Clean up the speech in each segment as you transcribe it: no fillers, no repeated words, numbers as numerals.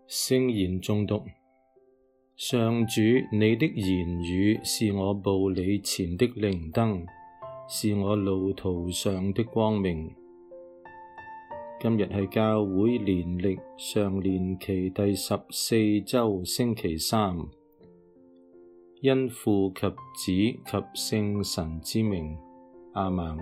聖言誦讀。上主，你的言語是我步履前的靈燈，是我路途上的光明。今日係教會年曆常年期第14周星期三，因父及子及聖神之名，阿們。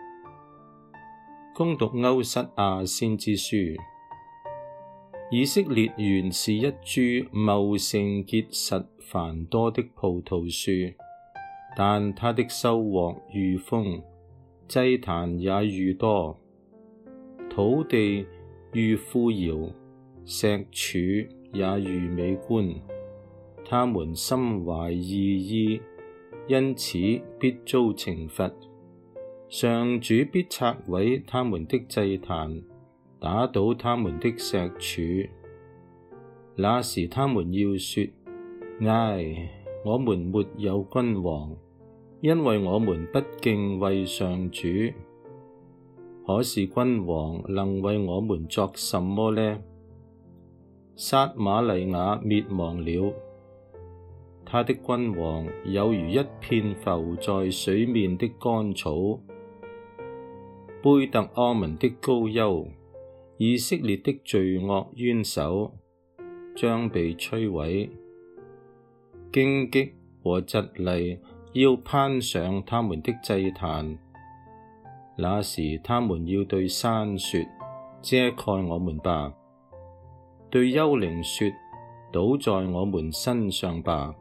恭讀歐瑟亞先知書。以色列原是一株茂盛結實繁多的葡萄樹，但它的收穫愈豐，祭壇也愈多，土地愈富饒，石柱也愈美觀。他們心懷二意，因此必遭懲罰。上主必拆毀他們的祭壇，打倒他們的石柱。那時他們要說：唉，我們沒有君王，因為我們不敬畏上主。可是君王能為我們作什麼呢？撒瑪黎雅滅亡了，他的君王有如一片浮在水面的乾草。貝特阿文的高丘，以色列的罪惡淵藪將被摧毀，荊棘和蒺藜要攀上他們的祭壇。那時他們要對山說：遮蓋我們吧；對幽靈說：倒在我們身上吧。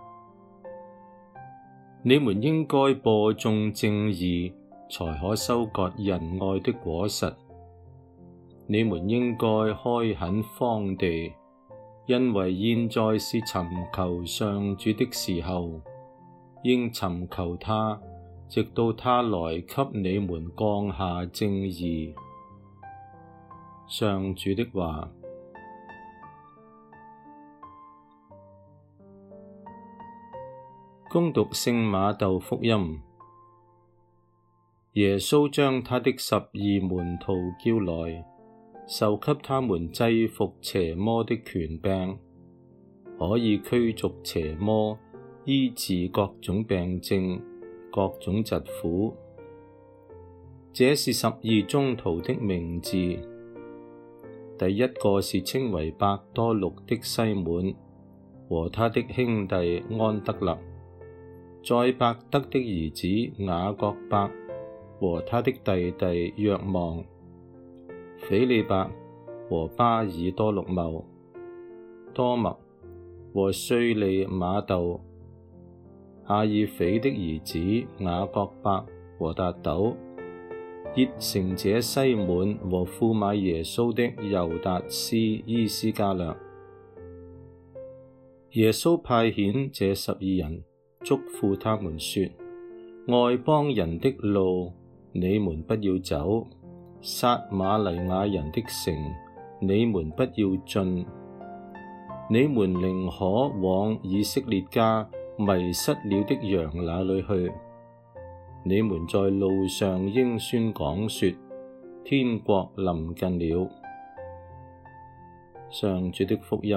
你們應該播種正義，才可收割仁愛的果實。你們應該開墾荒地，因為現在是尋求上主的時候，應尋求他，直到他來給你們降下正義。上主的話。恭讀聖瑪竇福音。耶穌將他的12門徒叫來，授給他們制服邪魔的權柄，可以驅逐邪魔，醫治各種病症、各種疾苦。這是12宗徒的名字。第一個是稱為伯多祿的西滿，和他的兄弟安德肋，載伯德的兒子雅各伯和他的弟弟若望，斐理伯和巴爾多祿茂，多默和稅吏瑪竇，阿耳斐的兒子雅各伯和達陡，熱誠者西滿和負賣耶穌的猶達斯依斯加略。耶穌派遣這12人，囑咐他們說：外邦人的路你們不要走，撒瑪黎雅人的城你們不要進，你們寧可往以色列家迷失了的羊那裏去。你們在路上應宣講說：天國臨近了。上主的福音。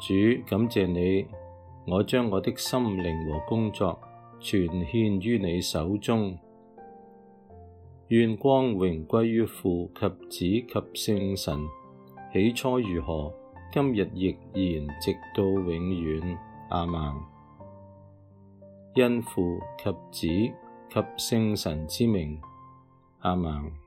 主，感謝你，我將我的心靈和工作全獻於你手中。願光榮歸於父及子及聖神，起初如何，今日亦然，直到永遠。阿們。因父及子及聖神之名。阿們。